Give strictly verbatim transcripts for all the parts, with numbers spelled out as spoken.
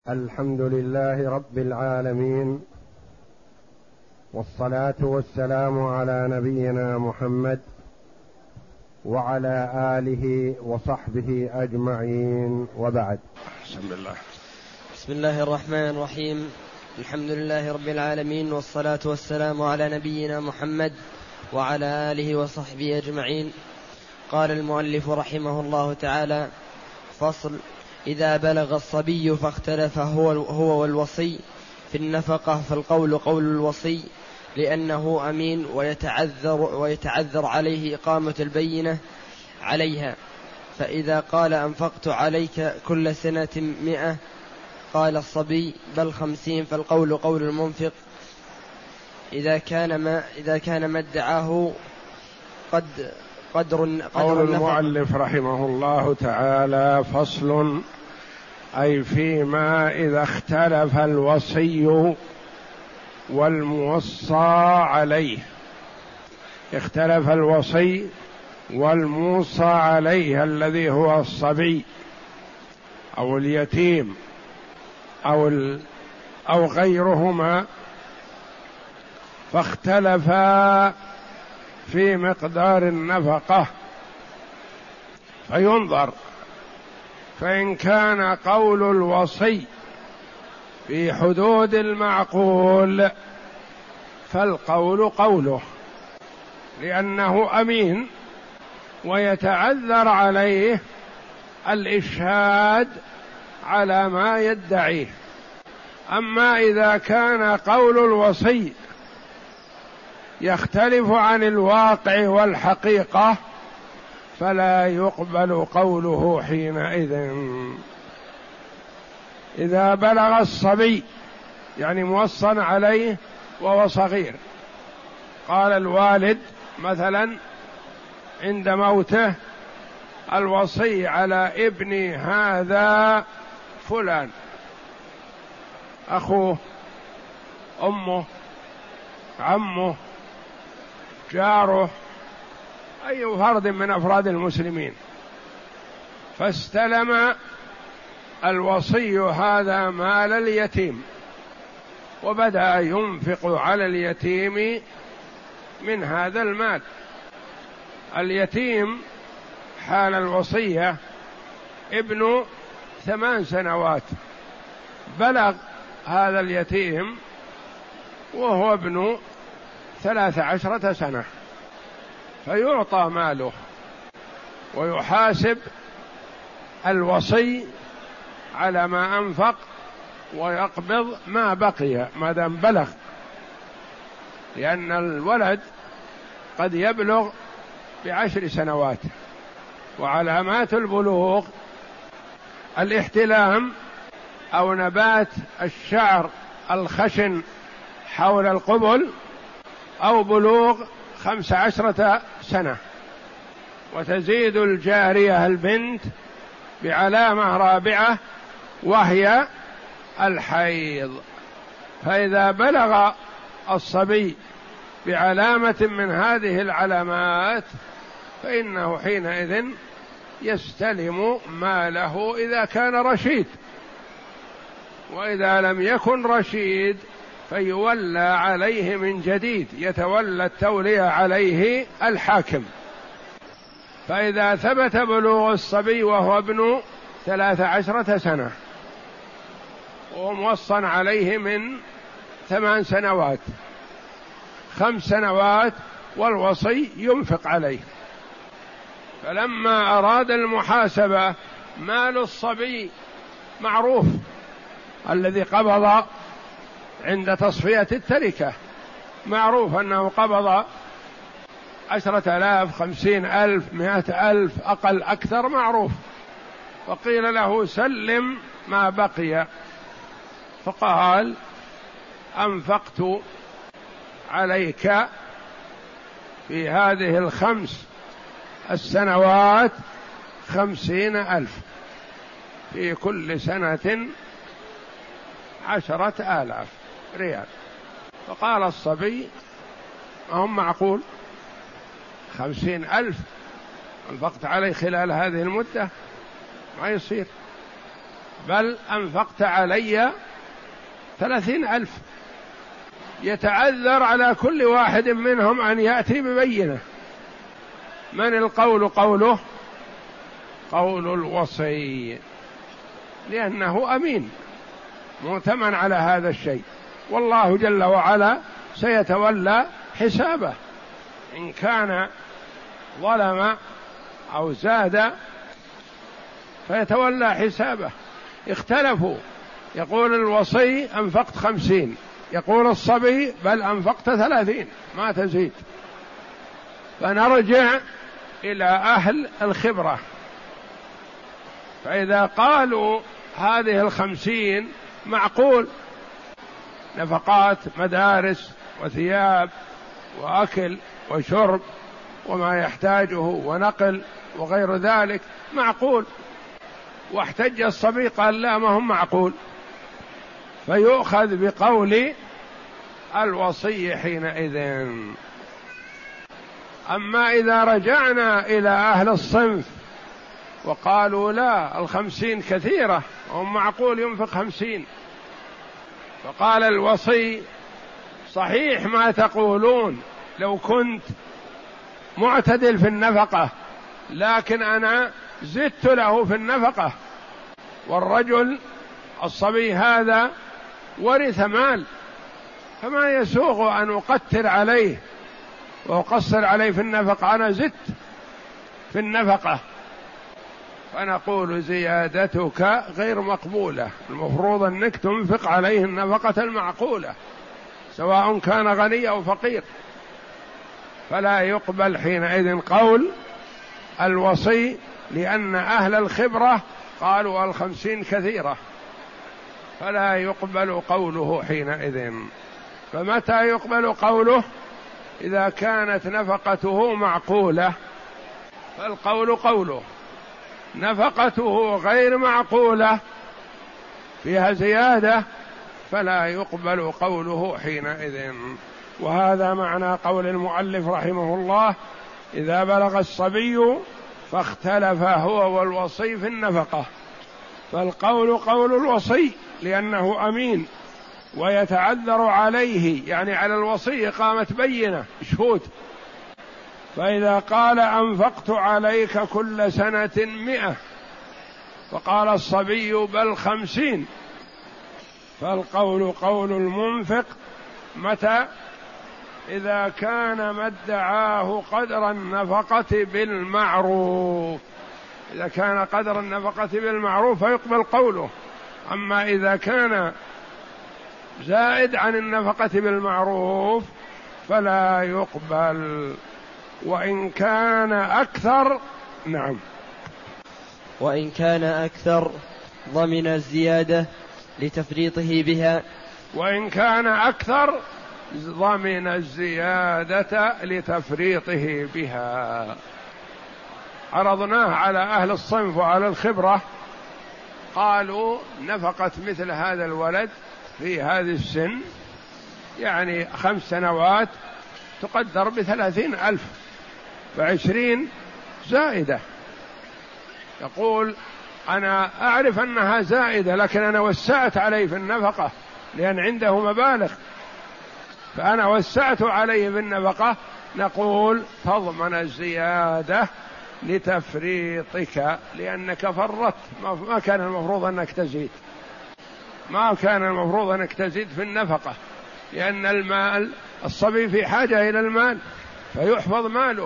الحمد لله رب العالمين، والصلاة والسلام على نبينا محمد وعلى آله وصحبه أجمعين، وبعد. بسم الله بسم الله الرحمن الرحيم. الحمد لله رب العالمين، والصلاة والسلام على نبينا محمد وعلى آله وصحبه أجمعين. قال المؤلف رحمه الله تعالى: فصل: إذا بلغ الصبي فاختلف هو, هو والوصي في النفقة فالقول قول الوصي، لأنه أمين ويتعذر, ويتعذر عليه إقامة البينة عليها. فإذا قال: أنفقت عليك كل سنة مئة، قال الصبي: بل خمسين، فالقول قول المنفق. إذا كان ما, إذا كان ما ادعاه قد قدر, قول المؤلف رحمه الله تعالى: فصل: أي فيما إذا اختلف الوصي والموصى عليه. اختلف الوصي والموصى عليه الذي هو الصبي أو اليتيم أو, أو غيرهما، فاختلفا في مقدار النفقة، فينظر، فإن كان قول الوصي في حدود المعقول فالقول قوله، لأنه أمين ويتعذر عليه الإشهاد على ما يدعيه. أما إذا كان قول الوصي يختلف عن الواقع والحقيقة فلا يقبل قوله حينئذ. إذا بلغ الصبي، يعني موصى عليه وهو صغير، قال الوالد مثلا عند موته: الوصي على ابني هذا فلان، أخوه، أمه، عمه، جاره، أي فرد من أفراد المسلمين، فاستلم الوصي هذا مال اليتيم وبدأ ينفق على اليتيم من هذا المال. اليتيم حال الوصية ابن ثمان سنوات، بلغ هذا اليتيم وهو ابن ثلاث عشرة سنة، فيعطى ماله ويحاسب الوصي على ما أنفق ويقبض ما بقي ما دام بلغ، لأن الولد قد يبلغ بعشر سنوات، وعلامات البلوغ الاحتلام أو نبات الشعر الخشن حول القبل، أو بلوغ خمس عشرة سنة. وتزيد الجارية البنت بعلامة رابعة وهي الحيض. فإذا بلغ الصبي بعلامة من هذه العلامات فإنه حينئذ يستلم ماله إذا كان رشيد، وإذا لم يكن رشيد فيولى عليه من جديد، يتولى التولية عليه الحاكم. فإذا ثبت بلوغ الصبي وهو ابن ثلاث عشرة سنة وموصى عليه من ثمان سنوات، خمس سنوات والوصي ينفق عليه، فلما أراد المحاسبة مال الصبي معروف الذي قبض عند تصفية التركة، معروف أنه قبض عشرة آلاف، خمسين ألف، مئة ألف، أقل أكثر معروف، فقيل له: سلم ما بقي، فقال: أنفقت عليك في هذه الخمس السنوات خمسين ألف، في كل سنة عشرة آلاف ريال. فقال الصبي: هم معقول خمسين ألف أنفقت عليه خلال هذه المدة؟ ما يصير. بل أنفقت علي ثلاثين ألف. يتعذر على كل واحد منهم أن يأتي ببينة. من القول قوله؟ قول الوصي، لأنه أمين مؤتمن على هذا الشيء، والله جل وعلا سيتولى حسابه إن كان ظلم أو زاد فيتولى حسابه. اختلفوا، يقول الوصي أنفقت خمسين، يقول الصبي بل أنفقت ثلاثين ما تزيد. فنرجع إلى أهل الخبرة، فإذا قالوا هذه الخمسين معقول، نفقات مدارس وثياب وأكل وشرب وما يحتاجه ونقل وغير ذلك معقول، واحتج الصبي قال لا ما هم معقول، فيؤخذ بقول الوصي حينئذ. أما إذا رجعنا إلى أهل الصنف وقالوا لا الخمسين كثيرة هم معقول ينفق خمسين، فقال الوصي صحيح ما تقولون لو كنت معتدل في النفقة، لكن أنا زدت له في النفقة، والرجل الصبي هذا ورث مال، فما يسوغ أن أقتر عليه وأقصر عليه في النفقة، أنا زدت في النفقة. فنقول زيادتك غير مقبولة، المفروض أنك تنفق عليه النفقة المعقولة سواء كان غني أو فقير، فلا يقبل حينئذ قول الوصي، لأن أهل الخبرة قالوا الخمسين كثيرة، فلا يقبل قوله حينئذ. فمتى يقبل قوله؟ إذا كانت نفقته معقولة فالقول قوله، نفقته غير معقولة فيها زيادة فلا يقبل قوله حينئذ. وهذا معنى قول المؤلف رحمه الله: إذا بلغ الصبي فاختلف هو والوصي في النفقة، فالقول قول الوصي لأنه أمين ويتعذر عليه، يعني على الوصي إقامة بينة شهود. فإذا قال أنفقت عليك كل سنة مئة فقال الصبي بل خمسين، فالقول قول المنفق. متى؟ إذا كان ما ادعاه قدر النفقة بالمعروف، إذا كان قدر النفقة بالمعروف فيقبل قوله. أما إذا كان زائد عن النفقة بالمعروف فلا يقبل، وإن كان أكثر. نعم. وإن كان أكثر ضمن الزيادة لتفريطه بها. وإن كان أكثر ضمن الزيادة لتفريطه بها. عرضناه على أهل الصنف وعلى الخبرة، قالوا نفقت مثل هذا الولد في هذه السن يعني خمس سنوات تقدر بثلاثين ألف، فعشرين زائدة. يقول أنا أعرف أنها زائدة لكن أنا وسعت عليه في النفقة لأن عنده مبالغ، فأنا وسعت عليه في النفقة. نقول تضمن الزيادة لتفريطك لأنك فرطت، ما كان المفروض أنك تزيد، ما كان المفروض أنك تزيد في النفقة، لأن المال الصبي في حاجة إلى المال فيحفظ ماله،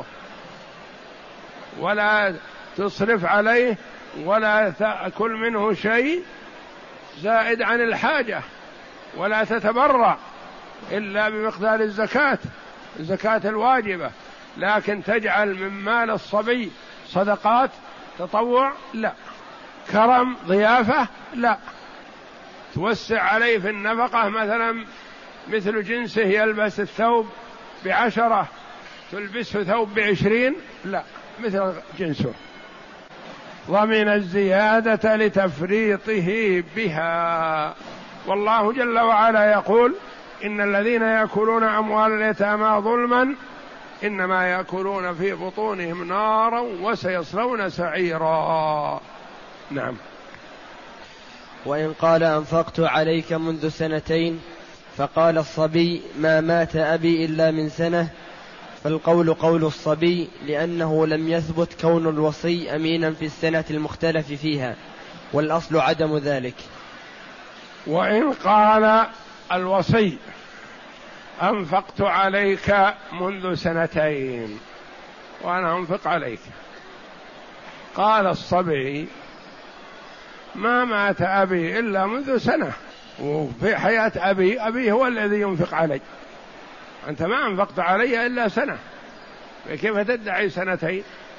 ولا تصرف عليه ولا تأكل منه شيء زائد عن الحاجة، ولا تتبرع إلا بمقدار الزكاة الزكاة الواجبة. لكن تجعل من مال الصبي صدقات تطوع لا، كرم ضيافة لا، توسع عليه في النفقة مثلا مثل جنسه يلبس الثوب بعشرة تلبسه ثوب بعشرين لا، مثل جنسه. ضمن الزيادة لتفريطه بها. والله جل وعلا يقول إن الذين يأكلون أموال اليتامى ظلما إنما يأكلون في بطونهم نارا وسيصلون سعيرا. نعم. وإن قال أنفقت عليك منذ سنتين فقال الصبي ما مات أبي إلا من سنة، فالقول قول الصبي لأنه لم يثبت كون الوصي أمينا في السنة المختلف فيها، والأصل عدم ذلك. وإن قال الوصي أنفقت عليك منذ سنتين وأنا أنفق عليك، قال الصبي ما مات أبي إلا منذ سنة، وفي حياة أبي أبي هو الذي ينفق علي، أنت ما أنفقت علي إلا سنة، فكيف تدعي سنتين؟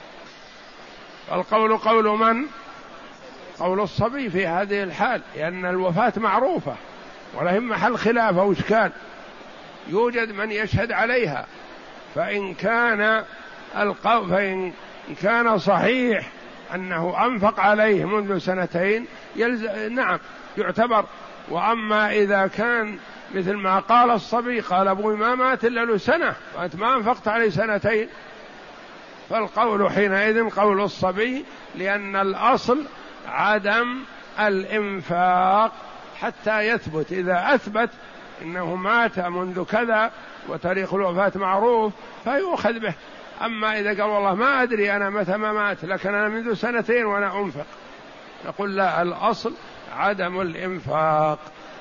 القول قول من؟ قول الصبي في هذه الحال، لأن الوفاة معروفة ولا هم محل خلاف أو إشكال، يوجد من يشهد عليها، فإن كان القول فإن كان صحيح أنه أنفق عليه منذ سنتين يلزم نعم يعتبر. وأما إذا كان مثل ما قال الصبي قال أبوي ما مات إلا له سنة وأنت ما أنفقت عليه سنتين، فالقول حينئذ قول الصبي، لأن الأصل عدم الإنفاق حتى يثبت. إذا أثبت إنه مات منذ كذا وتاريخ الوفاة معروف فيؤخذ به. أما إذا قال والله ما أدري أنا متى ما مات لكن أنا منذ سنتين وأنا أنفق، نقول لا، الأصل عدم الإنفاق.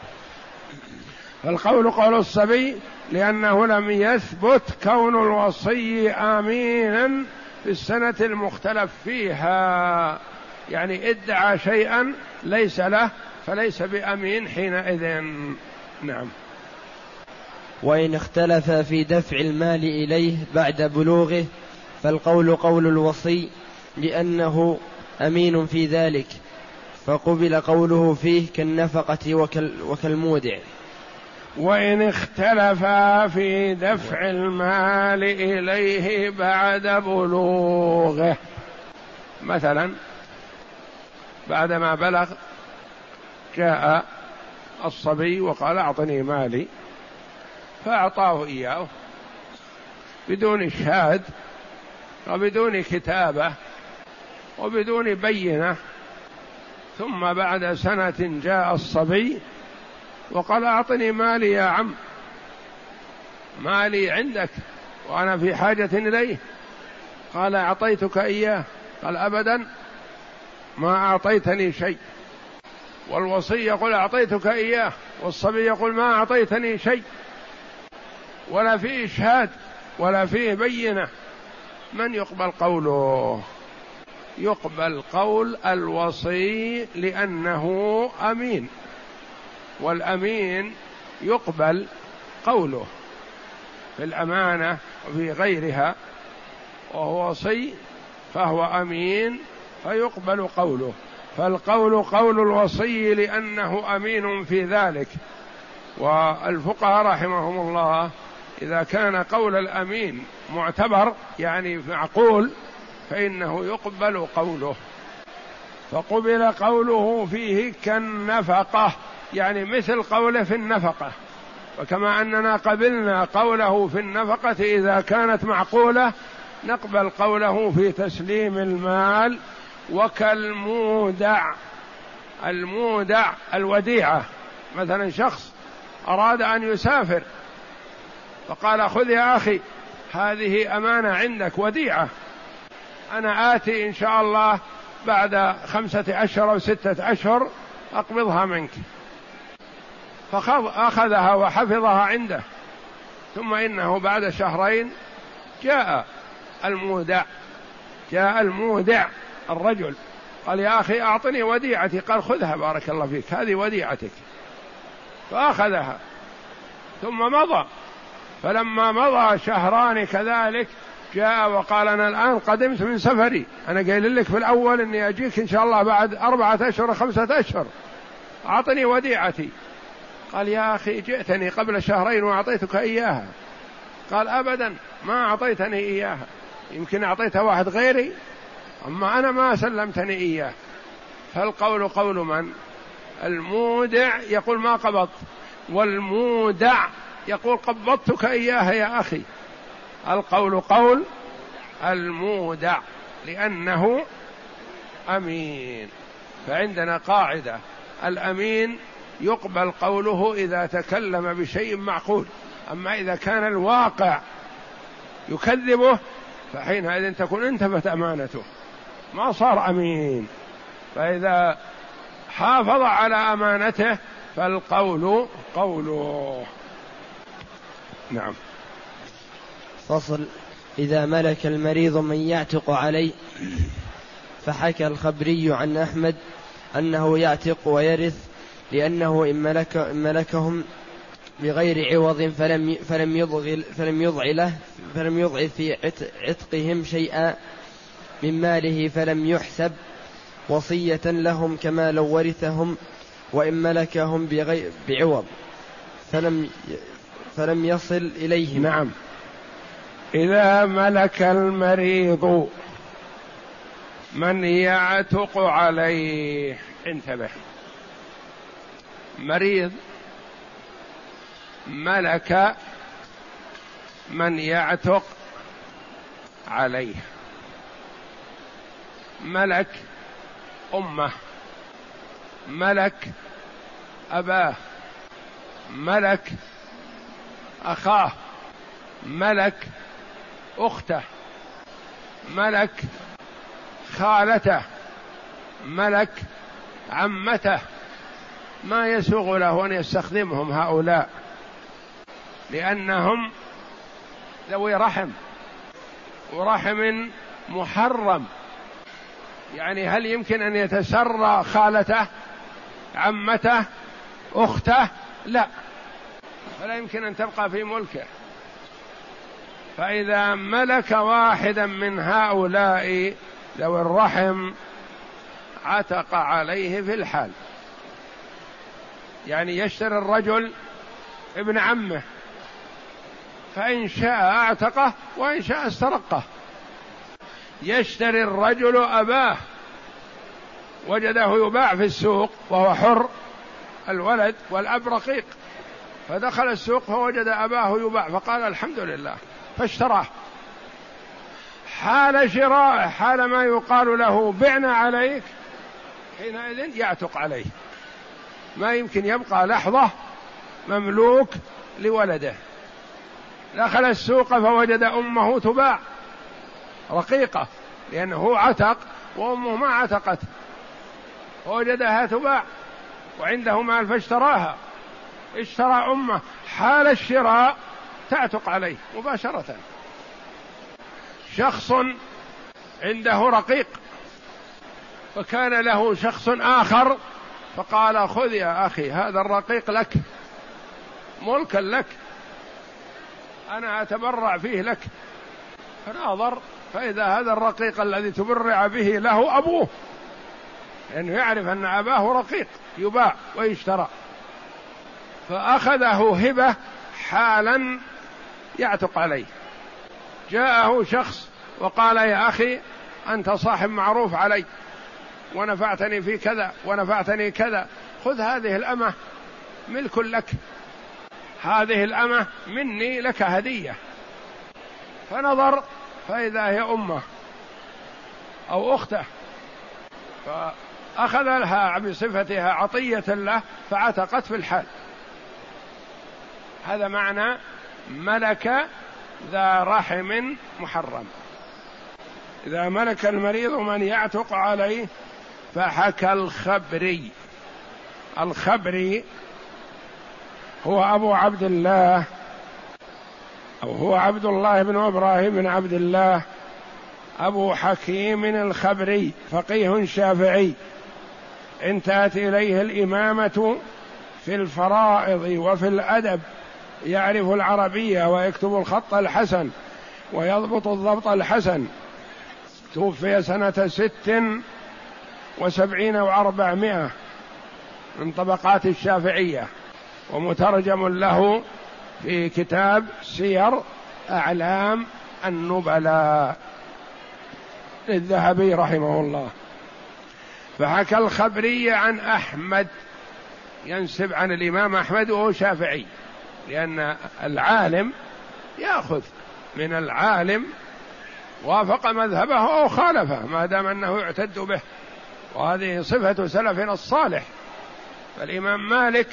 فالقول قول الصبي لأنه لم يثبت كون الوصي آمينا في السنة المختلف فيها، يعني ادعى شيئا ليس له فليس بأمين حينئذ. نعم. وإن اختلف في دفع المال إليه بعد بلوغه فالقول قول الوصي لأنه أمين في ذلك، فقبل قوله فيه كالنفقة وكال وكالمودع. وإن اختلف في دفع المال إليه بعد بلوغه، مثلا بعدما بلغ جاء الصبي وقال أعطني مالي فأعطاه إياه بدون إشهاد وبدون كتابة وبدون بينة، ثم بعد سنة جاء الصبي وقال أعطني مالي يا عم، مالي عندك وأنا في حاجة إليه. قال أعطيتك إياه، قال أبدا ما أعطيتني شيء. والوصي يقول أعطيتك إياه والصبي يقول ما أعطيتني شيء، ولا فيه إشهاد ولا فيه بينة، من يقبل قوله؟ يقبل قول الوصي لأنه أمين، والأمين يقبل قوله في الأمانة وفي غيرها، وهو وصي فهو أمين فيقبل قوله. فالقول قول الوصي لأنه أمين في ذلك. والفقهاء رحمهم الله إذا كان قول الأمين معتبر يعني معقول فإنه يقبل قوله، فقبل قوله فيه كالنفقة، يعني مثل قوله في النفقة. وكما أننا قبلنا قوله في النفقة إذا كانت معقولة نقبل قوله في تسليم المال. وكالمودع، المودع الوديعة، مثلا شخص أراد أن يسافر فقال خذ يا أخي هذه أمانة عندك وديعة، أنا آتي إن شاء الله بعد خمسة أشهر أو ستة أشهر أقبضها منك، فأخذها وحفظها عنده، ثم إنه بعد شهرين جاء المودع جاء المودع الرجل قال يا أخي أعطني وديعتي، قال خذها بارك الله فيك هذه وديعتك، فأخذها ثم مضى. فلما مضى شهران كذلك جاء وقال أنا الآن قدمت من سفري، أنا قايل لك في الأول أني أجيك إن شاء الله بعد أربعة أشهر خمسة أشهر، أعطني وديعتي. قال يا أخي جئتني قبل شهرين وأعطيتك إياها. قال أبدا ما أعطيتني إياها، يمكن أعطيتها واحد غيري، أما أنا ما سلمتني إياه. فالقول قول من؟ المودع يقول ما قبضت، والمودع يقول قبضتك إياها يا أخي. القول قول المودع لأنه أمين. فعندنا قاعدة الأمين يقبل قوله إذا تكلم بشيء معقول، أما إذا كان الواقع يكذبه فحينئذ تكون انتفت أمانته، ما صار أمين. فإذا حافظ على أمانته فالقول قوله. نعم. فصل. إذا ملك المريض من يعتق عليه، فحكى الخبري عن أحمد أنه يعتق ويرث، لأنه إن, ملك إن ملكهم بغير عوض فلم فلم يضع فلم يضع له فلم يضع في عتقهم شيئا من ماله فلم يحسب وصية لهم كما لو ورثهم، وإن ملكهم بغير بعوض فلم فلم يصل إليهم. نعم. إذا ملك المريض من يعتق عليه، انتبه، مريض ملك من يعتق عليه، ملك أمه، ملك أباه، ملك أخاه، ملك أخته، ملك خالته، ملك عمته، ما يسوغ له أن يستخدمهم هؤلاء لأنهم ذوي رحم، ورحم محرم. يعني هل يمكن أن يتسرى خالته، عمته، أخته؟ لا، فلا يمكن أن تبقى في ملكه. فإذا ملك واحدا من هؤلاء ذوي الرحم عتق عليه في الحال. يعني يشتري الرجل ابن عمه، فإن شاء اعتقه وإن شاء استرقه. يشتري الرجل أباه، وجده يباع في السوق وهو حر الولد والأب رقيق، فدخل السوق فوجد أباه يباع فقال الحمد لله فاشتراه. حال شراء، حال ما يقال له بعنا عليك، حينئذ يعتق عليه، ما يمكن يبقى لحظة مملوك لولده. دخل السوق فوجد أمه تباع رقيقة لأنه عتق وأمه ما عتقت، ووجدها تباع وعنده مال فاشتراها، اشترى أمه، حال الشراء تعتق عليه مباشرة. شخص عنده رقيق وكان له شخص آخر فقال خذ يا أخي هذا الرقيق لك، ملكا لك، أنا أتبرع فيه لك. فناظر فإذا هذا الرقيق الذي تبرع به له أبوه، لأنه يعني يعرف أن أباه رقيق يباع ويشترى، فأخذه هبة حالا يعتق عليه. جاءه شخص وقال يا أخي أنت صاحب معروف علي ونفعتني في كذا ونفعتني كذا، خذ هذه الأمة ملك لك، هذه الأمة مني لك هدية. فنظر فإذا هي أمه أو أخته، فأخذ لها بصفتها عطية له فعتقت في الحال. هذا معنى ملك ذا رحم محرم. إذا ملك المريض من يعتق عليه، فحكى الخبري. الخبري هو أبو عبد الله، أو هو عبد الله بن إبراهيم بن عبد الله أبو حكيم الخبري، فقيه شافعي، انتهت إليه الإمامة في الفرائض وفي الأدب، يعرف العربية ويكتب الخط الحسن ويضبط الضبط الحسن. توفي سنة ست وسبعين وأربعمائة من طبقات الشافعية، ومترجم له في كتاب سير أعلام النبلاء للذهبي رحمه الله. فحكى الخبري عن أحمد، ينسب عن الإمام أحمد وهو شافعي، لأن العالم يأخذ من العالم وافق مذهبه أو خالفه ما دام أنه يعتد به، وهذه صفة سلفنا الصالح فالإمام مالك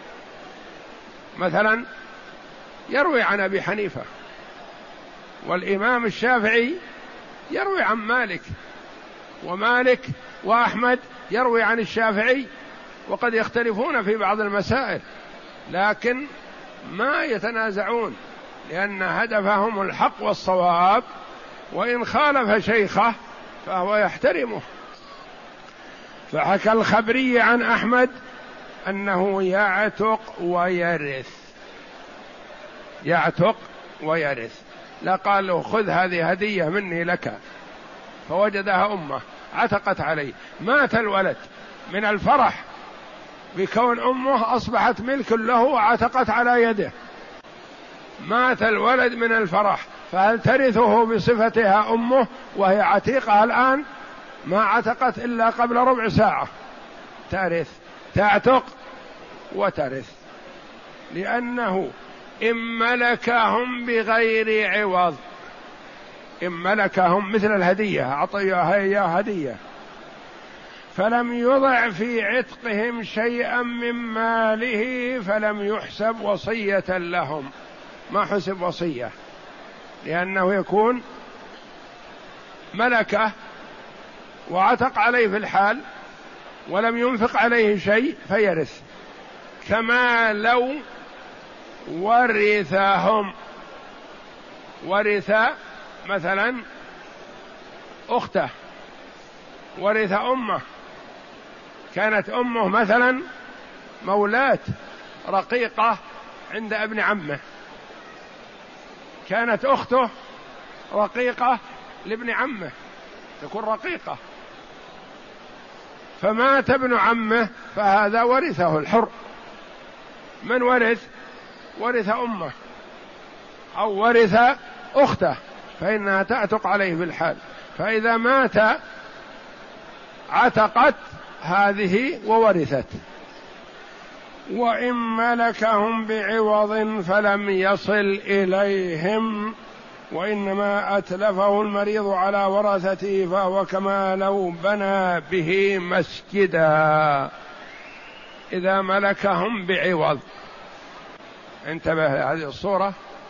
مثلا يروي عن أبي حنيفة، والإمام الشافعي يروي عن مالك، ومالك وأحمد يروي عن الشافعي، وقد يختلفون في بعض المسائل لكن ما يتنازعون، لأن هدفهم الحق والصواب، وإن خالف شيخه فهو يحترمه. فحكى الخبري عن أحمد أنه يعتق ويرث، يعتق ويرث. لا قال له خذ هذه هدية مني لك، فوجدها أمه عتقت عليه، مات الولد من الفرح بكون أمه أصبحت ملك له وعتقت على يده، مات الولد من الفرح، فهل ترثه بصفتها أمه وهي عتيقة الآن؟ ما عتقت إلا قبل ربع ساعة، ترث، تعتق وترث، لأنه إن ملكهم بغير عوض، إن ملكهم مثل الهدية، أعطيها هي هدية، فلم يضع في عتقهم شيئا من ماله فلم يحسب وصية لهم، ما حسب وصية، لأنه يكون ملكه وعتق عليه في الحال ولم ينفق عليه شيء فيرث. كما لو ورثهم، ورث مثلا أخته، ورث أمه، كانت أمه مثلا مولاة رقيقة عند ابن عمه، كانت أخته رقيقة لابن عمه، تكون رقيقة، فمات ابن عمه فهذا ورثه الحر. من ورث؟ ورث أمه أو ورث أخته، فإنها تعتق عليه بالحال، فإذا مات عتقت هذه وورثت. وإن ملكهم بعوض فلم يصل إليهم، وإنما أتلفه المريض على ورثته، فهو كما لو بنى به مسجدا إذا ملكهم بعوض. انتبه، هذه الصورة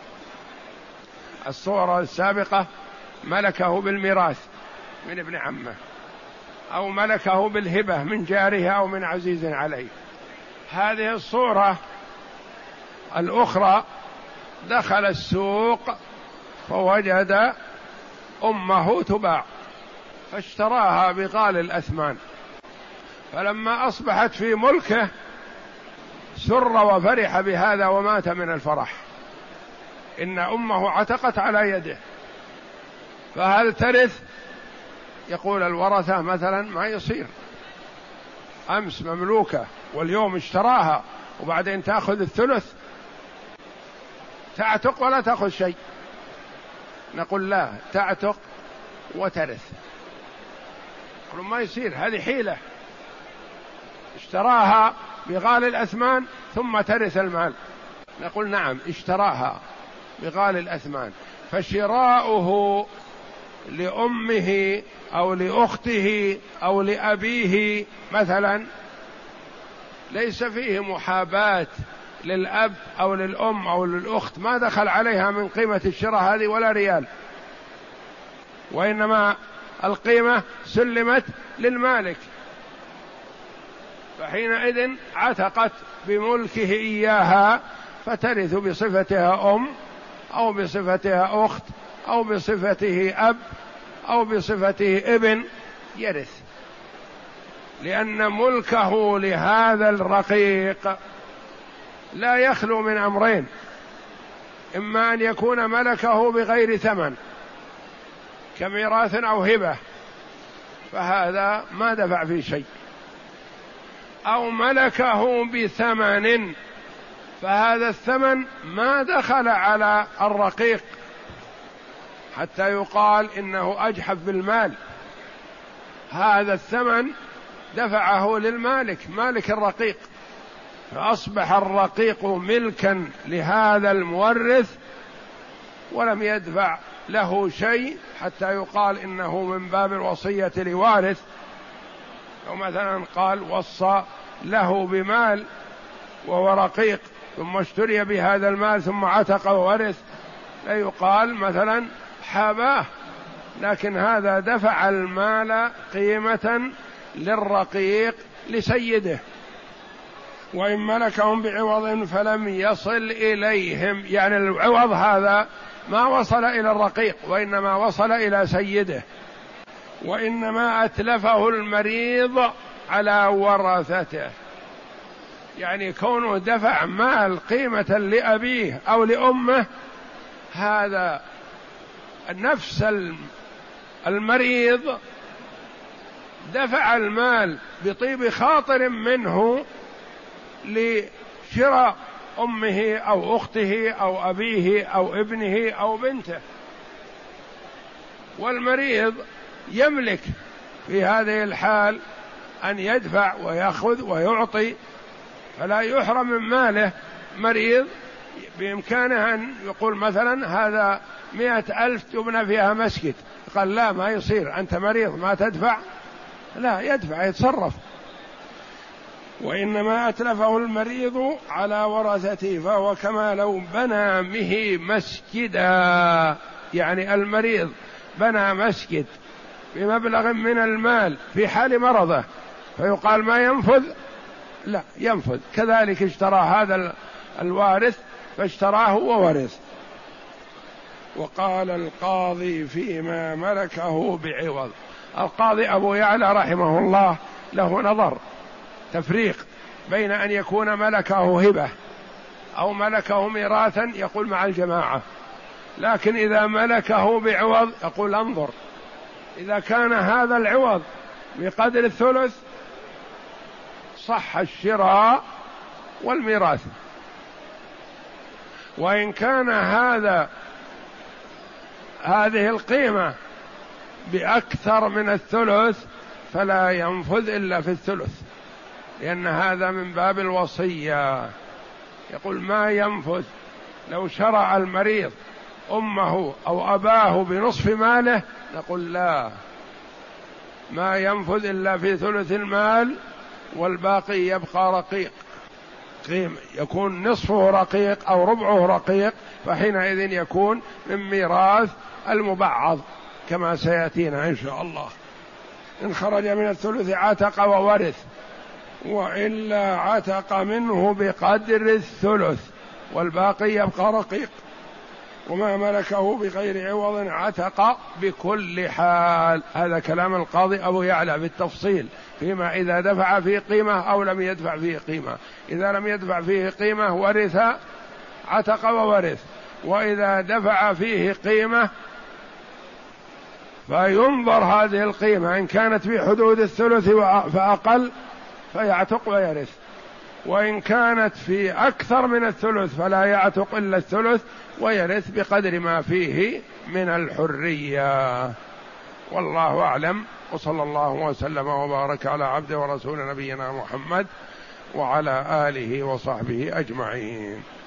الصورة السابقة ملكه بالميراث من ابن عمه، أو ملكه بالهبة من جاره أو من عزيز عليه. هذه الصورة الأخرى دخل السوق فوجد أمه تباع فاشتراها بغالي الأثمان، فلما أصبحت في ملكه سر وفرح بهذا ومات من الفرح، إن أمه عتقت على يده، فهل ترث؟ يقول الورثة مثلا ما يصير، أمس مملوكة واليوم اشتراها وبعدين تأخذ الثلث، تعتق ولا تأخذ شيء. نقول لا، تعتق وترث. يقولون ما يصير، هذه حيلة، اشتراها بغالي الأثمان ثم ترث المال. نقول نعم، اشتراها بغالي الأثمان، فشراؤه لأمه أو لأخته أو لأبيه مثلا ليس فيه محاباة للأب أو للأم أو للأخت، ما دخل عليها من قيمة الشراء هذه ولا ريال، وإنما القيمة سلمت للمالك، فحينئذ عتقت بملكه إياها، فترث بصفتها أم أو بصفتها أخت أو بصفته أب أو بصفته ابن، يرث، لأن ملكه لهذا الرقيق لا يخلو من أمرين: إما أن يكون ملكه بغير ثمن كميراث أو هبة فهذا ما دفع فيه شيء، أو ملكه بثمن فهذا الثمن ما دخل على الرقيق حتى يقال إنه أجحف بالمال، هذا الثمن دفعه للمالك مالك الرقيق، فأصبح الرقيق ملكا لهذا المورث ولم يدفع له شيء حتى يقال إنه من باب الوصية لوارث. أو مثلا قال وصى له بمال وهو رقيق ثم اشتري بهذا المال ثم عتق وورث لا يقال مثلا حاباه، لكن هذا دفع المال قيمة للرقيق لسيده، وإن ملكهم بعوض فلم يصل إليهم، يعني العوض هذا ما وصل إلى الرقيق وإنما وصل إلى سيده، وإنما أتلفه المريض على ورثته، يعني كونه دفع مال قيمة لأبيه أو لأمه، هذا نفس المريض دفع المال بطيب خاطر منه لشراء أمه أو أخته أو أبيه أو ابنه أو بنته، والمريض يملك في هذه الحال أن يدفع ويأخذ ويعطي، فلا يحرم من ماله. مريض بإمكانه أن يقول مثلا هذا مئة ألف تبنى فيها مسجد، قال لا ما يصير، أنت مريض ما تدفع، لا يدفع يتصرف، وإنما أتلفه المريض على ورثته، فهو كما لو بنى به مسجدا، يعني المريض بنى مسجد بمبلغ من المال في حال مرضه، فيقال ما ينفذ، لا ينفذ. كذلك اشترى هذا الوارث فاشتراه وورث. وقال القاضي فيما ملكه بعوض، القاضي أبو يعلى رحمه الله له نظر تفريق بين أن يكون ملكه هبة أو ملكه ميراثا، يقول مع الجماعة، لكن إذا ملكه بعوض يقول انظر، إذا كان هذا العوض بقدر الثلث صح الشراء والميراث، وإن كان هذا هذه القيمة بأكثر من الثلث فلا ينفذ إلا في الثلث، لأن هذا من باب الوصية. يقول ما ينفذ، لو شرع المريض أمه أو أباه بنصف ماله نقول لا، ما ينفذ إلا في ثلث المال، والباقي يبقى رقيق، قيم يكون نصفه رقيق أو ربعه رقيق، فحينئذ يكون من ميراث المبعض كما سيأتينا إن شاء الله. إن خرج من الثلث عتق وورث، وإلا عتق منه بقدر الثلث والباقي يبقى رقيق، وما ملكه بغير عوض عتق بكل حال. هذا كلام القاضي أبو يعلى بالتفصيل فيما إذا دفع فيه قيمة أو لم يدفع فيه قيمة. إذا لم يدفع فيه قيمة ورث عتق وورث، وإذا دفع فيه قيمة فينظر هذه القيمة إن كانت في حدود الثلث فأقل فيعتق ويرث، وإن كانت في أكثر من الثلث فلا يعتق إلا الثلث ويرث بقدر ما فيه من الحرية. والله أعلم، وصلى الله وسلم وبارك على عبده ورسول نبينا محمد وعلى آله وصحبه أجمعين.